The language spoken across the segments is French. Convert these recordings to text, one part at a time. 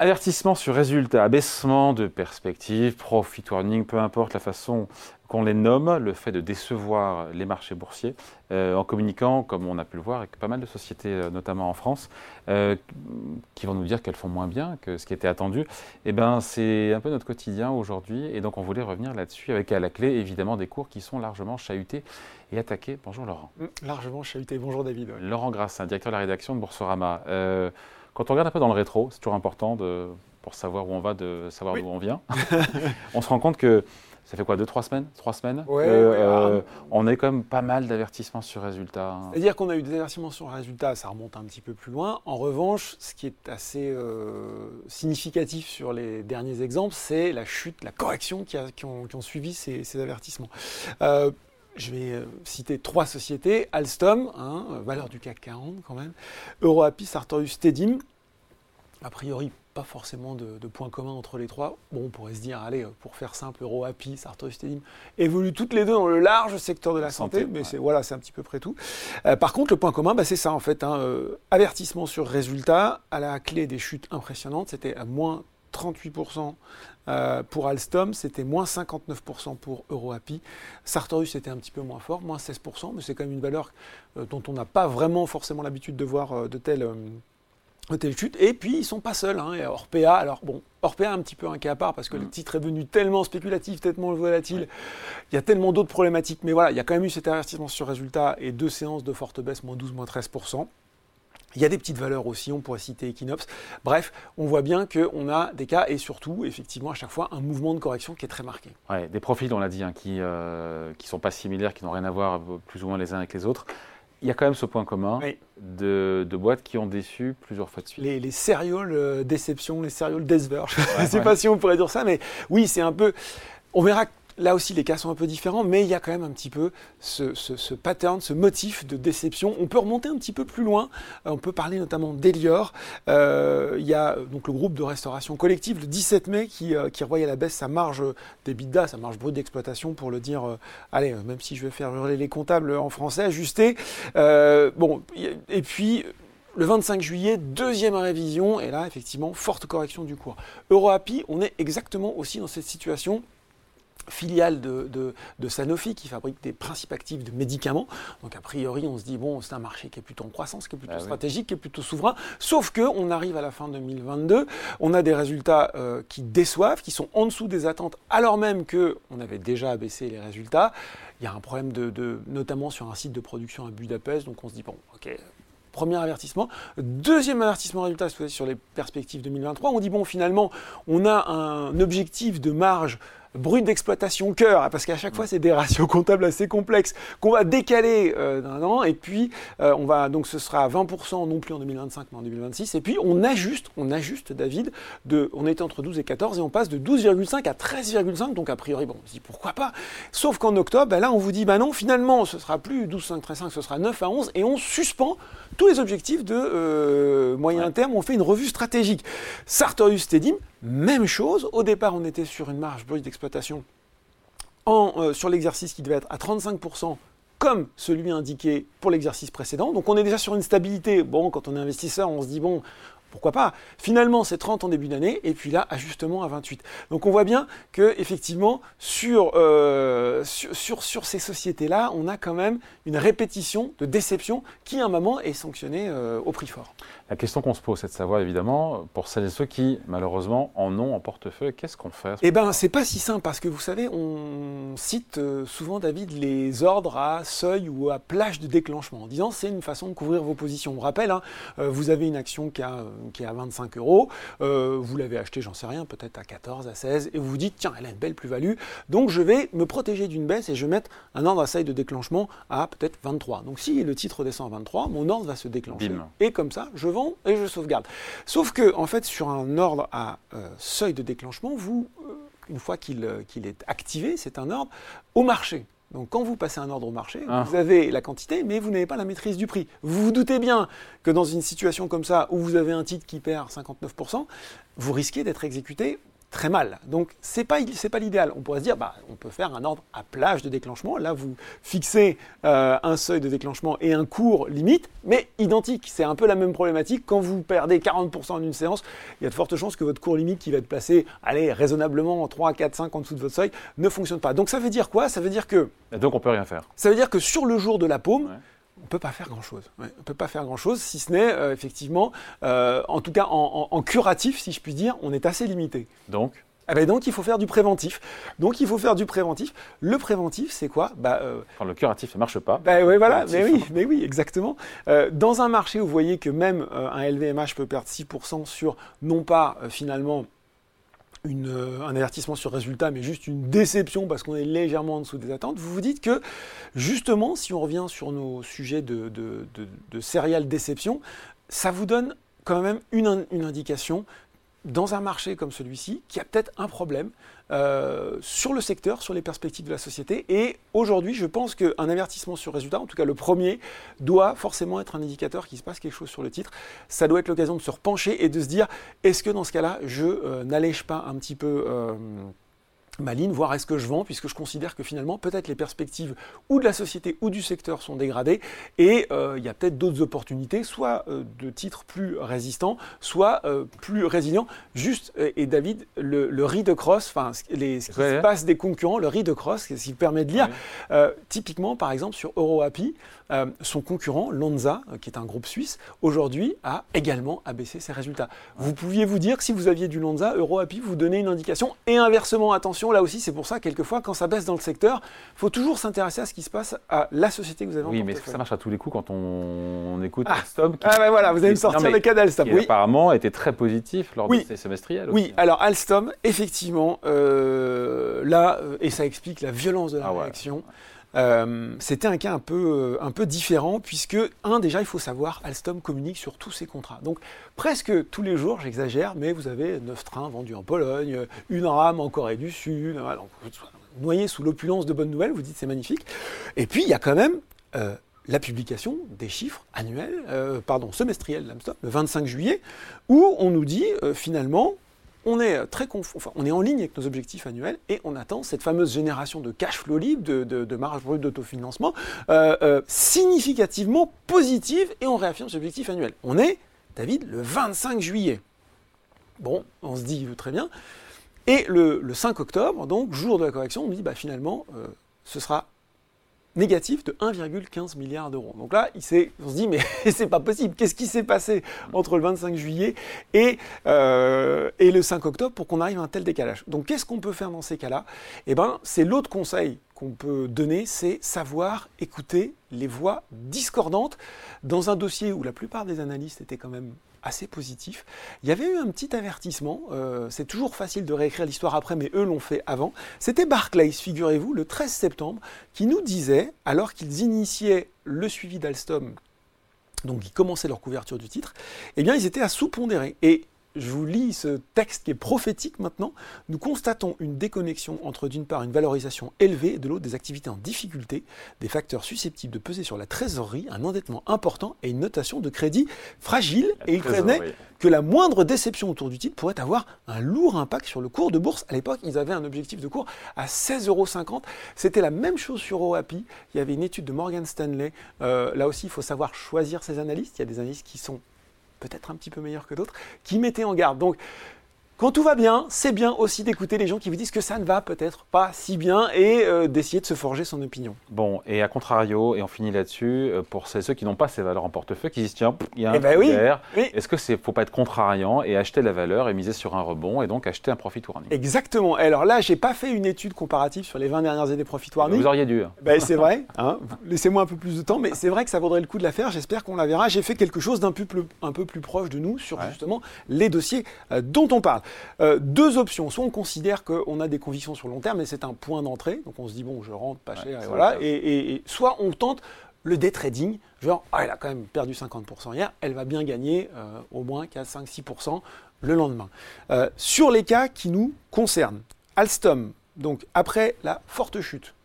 Avertissement sur résultat, abaissement de perspective, profit warning, peu importe la façon qu'on les nomme, le fait de décevoir les marchés boursiers en communiquant, comme on a pu le voir, avec pas mal de sociétés, notamment en France, qui vont nous dire qu'elles font moins bien que ce qui était attendu. Eh ben, c'est un peu notre quotidien aujourd'hui, et donc on voulait revenir là-dessus avec à la clé évidemment des cours qui sont largement chahutés et attaqués. Bonjour Laurent. Largement chahutés. Bonjour David. Ouais. Laurent Grassin, directeur de la rédaction de Boursorama. Quand on regarde un peu dans le rétro, c'est toujours important pour savoir où on va, de savoir d'où on vient. On se rend compte que ça fait quoi, 2-3 semaines 3 semaines on a quand même pas mal d'avertissements sur résultats. C'est-à-dire qu'on a eu des avertissements sur résultats, ça remonte un petit peu plus loin. En revanche, ce qui est assez significatif sur les derniers exemples, c'est la chute, la correction qui ont suivi ces avertissements. Je vais citer 3 sociétés, Alstom, valeur du CAC 40 quand même, EuroAPI, Sartorius, Tedim. A priori, pas forcément de points communs entre les 3. Bon, on pourrait se dire, allez, pour faire simple, EuroAPI, Sartorius, Tedim évoluent toutes les deux dans le large secteur de la santé, mais c'est un petit peu près tout. Par contre, le point commun, c'est ça en fait, avertissement sur résultat, à la clé des chutes impressionnantes, c'était à moins 38% pour Alstom, c'était moins 59% pour EuroAPI. Sartorius était un petit peu moins fort, moins 16%, mais c'est quand même une valeur dont on n'a pas vraiment forcément l'habitude de voir de telles chutes. Et puis, ils ne sont pas seuls. Orpea, alors bon, Orpea un petit peu un cas à part parce que le titre est devenu tellement spéculatif, tellement volatile. Il y a tellement d'autres problématiques. Mais voilà, il y a quand même eu cet avertissement sur résultat et 2 séances de forte baisse, moins 12, moins 13%. Il y a des petites valeurs aussi, on pourrait citer Equinox. Bref, on voit bien qu'on a des cas et surtout, effectivement, à chaque fois, un mouvement de correction qui est très marqué. Ouais, des profils, on l'a dit, qui ne sont pas similaires, qui n'ont rien à voir plus ou moins les uns avec les autres. Il y a quand même ce point commun de boîtes qui ont déçu plusieurs fois de suite. Les serial déceptions, les serial deathverse. Je ne sais pas si on pourrait dire ça, mais oui, c'est un peu... On verra. Là aussi, les cas sont un peu différents, mais il y a quand même un petit peu ce pattern, ce motif de déception. On peut remonter un petit peu plus loin. On peut parler notamment d'Elior. Il y a donc le groupe de restauration collective le 17 mai qui revoyait à la baisse sa marge d'EBITDA, sa marge brute d'exploitation, pour le dire, même si je vais faire hurler les comptables en français, ajusté. Et puis... Le 25 juillet, deuxième révision, et là, effectivement, forte correction du cours. EuroAPI, on est exactement aussi dans cette situation. Filiale de Sanofi qui fabrique des principes actifs de médicaments. Donc a priori, on se dit, bon, c'est un marché qui est plutôt en croissance, qui est plutôt stratégique, qui est plutôt souverain. Sauf qu'on arrive à la fin 2022, on a des résultats qui déçoivent, qui sont en dessous des attentes, alors même qu'on avait déjà abaissé les résultats. Il y a un problème notamment sur un site de production à Budapest. Donc on se dit, bon, ok... Premier avertissement. Deuxième avertissement résultat sur les perspectives 2023. On dit, bon, finalement, on a un objectif de marge brute d'exploitation cœur, parce qu'à chaque fois, c'est des ratios comptables assez complexes qu'on va décaler d'un an. Et puis, donc ce sera à 20%, non plus en 2025, mais en 2026. Et puis, on ajuste, David, on était entre 12 et 14, et on passe de 12,5 à 13,5. Donc, a priori, bon, on se dit, pourquoi pas. Sauf qu'en octobre, là, on vous dit, non, finalement, ce sera plus 12,5, 13,5, ce sera 9 à 11, et on suspend tous les objectifs de moyen terme. On fait une revue stratégique. Sartorius Tedim, même chose. Au départ, on était sur une marge brute d'exploitation sur l'exercice qui devait être à 35%, comme celui indiqué pour l'exercice précédent. Donc on est déjà sur une stabilité. Bon, quand on est investisseur, on se dit, bon, pourquoi pas. Finalement, c'est 30 en début d'année, et puis là, ajustement à 28. Donc on voit bien que effectivement, sur ces sociétés-là, on a quand même une répétition de déception qui, à un moment, est sanctionnée au prix fort. La question qu'on se pose, c'est de savoir, évidemment, pour celles et ceux qui, malheureusement, en ont en portefeuille, qu'est-ce qu'on fait ? C'est pas si simple, parce que vous savez, on cite souvent, David, les ordres à seuil ou à plage de déclenchement, en disant c'est une façon de couvrir vos positions. On rappelle, vous avez une action qui est à 25 €, vous l'avez achetée, j'en sais rien, peut-être à 14, à 16, et vous vous dites, tiens, elle a une belle plus-value, donc je vais me protéger d'une baisse et je vais mettre un ordre à seuil de déclenchement à peut-être 23. Donc si le titre descend à 23, mon ordre va se déclencher. Bim. Et comme ça, je vends et je sauvegarde. Sauf que, en fait, sur un ordre à seuil de déclenchement, une fois qu'il est activé, c'est un ordre au marché. Donc quand vous passez un ordre au marché, vous avez la quantité, mais vous n'avez pas la maîtrise du prix. Vous vous doutez bien que dans une situation comme ça, où vous avez un titre qui perd 59%, vous risquez d'être exécuté très mal. Donc, c'est pas l'idéal. On pourrait se dire, on peut faire un ordre à plage de déclenchement. Là, vous fixez un seuil de déclenchement et un cours limite, mais identique. C'est un peu la même problématique. Quand vous perdez 40% en une séance, il y a de fortes chances que votre cours limite qui va être placé, raisonnablement 3, 4, 5 en dessous de votre seuil, ne fonctionne pas. Donc, ça veut dire quoi ? Ça veut dire que... Et donc, on peut rien faire. Ça veut dire que sur le jour de la paume, on ne peut pas faire grand-chose. On ne peut pas faire grand-chose, si ce n'est, effectivement, en tout cas en curatif, si je puis dire, on est assez limité. Donc, il faut faire du préventif. Le préventif, c'est quoi ? Quand le curatif ne marche pas. Voilà, mais oui, exactement. Dans un marché où vous voyez que même un LVMH peut perdre 6% sur, non pas finalement, un avertissement sur résultat, mais juste une déception parce qu'on est légèrement en dessous des attentes, vous vous dites que, justement, si on revient sur nos sujets de serial déception, ça vous donne quand même une indication dans un marché comme celui-ci, qui a peut-être un problème sur le secteur, sur les perspectives de la société. Et aujourd'hui, je pense qu'un avertissement sur résultat, en tout cas le premier, doit forcément être un indicateur qu'il se passe quelque chose sur le titre. Ça doit être l'occasion de se repencher et de se dire, est-ce que dans ce cas-là, je n'allège pas un petit peu ma ligne, voir est-ce que je vends, puisque je considère que finalement, peut-être les perspectives ou de la société ou du secteur sont dégradées, et il y a peut-être d'autres opportunités, soit de titres plus résistants, soit plus résilients. Juste, et David, le read-across, ce qui se passe des concurrents, le read-across, ce qui permet de lire, typiquement, par exemple, sur EuroAPI, son concurrent, Lonza, qui est un groupe suisse, aujourd'hui a également abaissé ses résultats. Vous pouviez vous dire que si vous aviez du Lonza, EuroAPI vous donnait une indication, et inversement, attention, là aussi, c'est pour ça, quelquefois, quand ça baisse dans le secteur, il faut toujours s'intéresser à ce qui se passe à la société que vous avez en portefeuille. Oui, mais est-ce que ça marche à tous les coups quand on écoute Alstom vous allez me sortir les cas d'Alstom. Qui apparemment était très positif lors de ces semestriels. Oui, alors Alstom, effectivement, et ça explique la violence de la réaction. C'était un cas un peu différent puisque, déjà, il faut savoir, Alstom communique sur tous ses contrats. Donc, presque tous les jours, j'exagère, mais vous avez 9 trains vendus en Pologne, une rame en Corée du Sud, noyé sous l'opulence de bonnes nouvelles, vous dites c'est magnifique. Et puis, il y a quand même la publication des chiffres semestriels d'Alstom, le 25 juillet, où on nous dit, finalement, on est on est en ligne avec nos objectifs annuels et on attend cette fameuse génération de cash flow libre, de marge brute d'autofinancement significativement positive et on réaffirme cet objectif annuel. On est, David, le 25 juillet. Bon, on se dit très bien. Et le 5 octobre, donc jour de la correction, on nous dit finalement, ce sera négatif de 1,15 milliard d'euros. Donc là, on se dit, mais c'est pas possible. Qu'est-ce qui s'est passé entre le 25 juillet et le 5 octobre pour qu'on arrive à un tel décalage ? Donc, qu'est-ce qu'on peut faire dans ces cas-là ? C'est l'autre conseil qu'on peut donner, c'est savoir écouter les voix discordantes dans un dossier où la plupart des analystes étaient quand même assez positif. Il y avait eu un petit avertissement, c'est toujours facile de réécrire l'histoire après, mais eux l'ont fait avant. C'était Barclays, figurez-vous, le 13 septembre, qui nous disait, alors qu'ils initiaient le suivi d'Alstom, donc ils commençaient leur couverture du titre, ils étaient à sous-pondérer. Et je vous lis ce texte qui est prophétique maintenant. Nous constatons une déconnexion entre d'une part une valorisation élevée et de l'autre des activités en difficulté, des facteurs susceptibles de peser sur la trésorerie, un endettement important et une notation de crédit fragile. Et il prévenait que la moindre déception autour du titre pourrait avoir un lourd impact sur le cours de bourse. À l'époque, ils avaient un objectif de cours à 16,50 €. C'était la même chose sur EuroAPI. Il y avait une étude de Morgan Stanley. Là aussi, il faut savoir choisir ses analystes. Il y a des analystes qui sont peut-être un petit peu meilleurs que d'autres, qui mettaient en garde. Donc, quand tout va bien, c'est bien aussi d'écouter les gens qui vous disent que ça ne va peut-être pas si bien et d'essayer de se forger son opinion. Bon, et à contrario, et on finit là-dessus, pour ceux qui n'ont pas ces valeurs en portefeuille, qui disent tiens, il y a un vert, est-ce que c'est faut pas être contrariant et acheter la valeur et miser sur un rebond et donc acheter un profit warning ? Exactement. Alors là, j'ai pas fait une étude comparative sur les 20 dernières années profit warning. Vous auriez dû. C'est vrai. Laissez-moi un peu plus de temps, mais c'est vrai que ça vaudrait le coup de la faire. J'espère qu'on la verra. J'ai fait quelque chose un peu plus proche de nous sur justement les dossiers dont on parle. Deux options. Soit on considère qu'on a des convictions sur le long terme, mais c'est un point d'entrée. Donc on se dit, bon, je rentre pas cher, et voilà. Et soit on tente le day trading, genre, elle a quand même perdu 50% hier, elle va bien gagner au moins 5-6% le lendemain. Sur les cas qui nous concernent, Alstom, donc après la forte chute,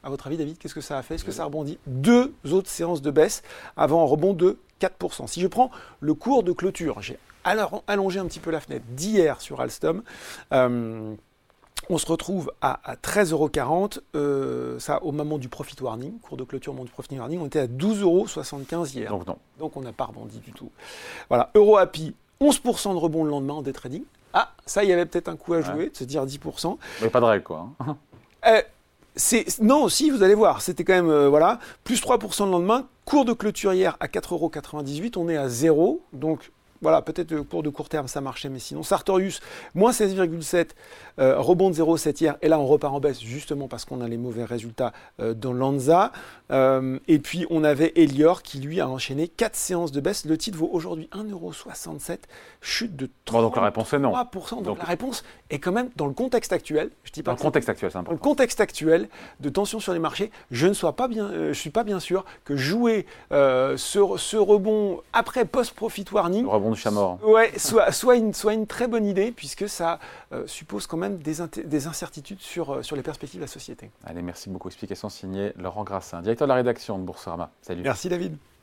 À votre avis, David, qu'est-ce que ça a fait? Est-ce que ça rebondit? 2 autres séances de baisse avant un rebond de 4%. Si je prends le cours de clôture, j'ai allongé un petit peu la fenêtre d'hier sur Alstom. On se retrouve à 13,40 €, ça au moment du profit warning, cours de clôture au moment du profit warning, on était à 12,75 € hier. Donc non. Donc on n'a pas rebondi du tout. Voilà, EuroHappy, 11% de rebond le lendemain en day trading. Ah, ça, il y avait peut-être un coup à jouer, de se dire 10%. Mais pas de règle, quoi. Non, si, vous allez voir, c'était quand même, voilà, plus 3% le lendemain, cours de clôture hier à 4,98 €, on est à 0, donc voilà, peut-être pour de court terme ça marchait, mais sinon Sartorius, moins 16,7, rebond de 0,7 hier, et là on repart en baisse justement parce qu'on a les mauvais résultats dans Lanza. Et puis on avait Elior qui lui a enchaîné 4 séances de baisse, le titre vaut aujourd'hui 1,67 €, chute de 3%. Bon, donc la réponse est non. Donc la réponse est quand même dans le contexte actuel, je dis pas dans le contexte actuel, c'est dans le important. contexte actuel de tension sur les marchés, je suis pas bien sûr que jouer ce rebond après post-profit warning, Le rebond du chat mort. ouais, soit une très bonne idée, puisque ça suppose quand même des incertitudes sur les perspectives de la société. Allez, merci beaucoup. Explication signée Laurent Grassin, directeur de la rédaction de Boursorama. Salut. Merci David.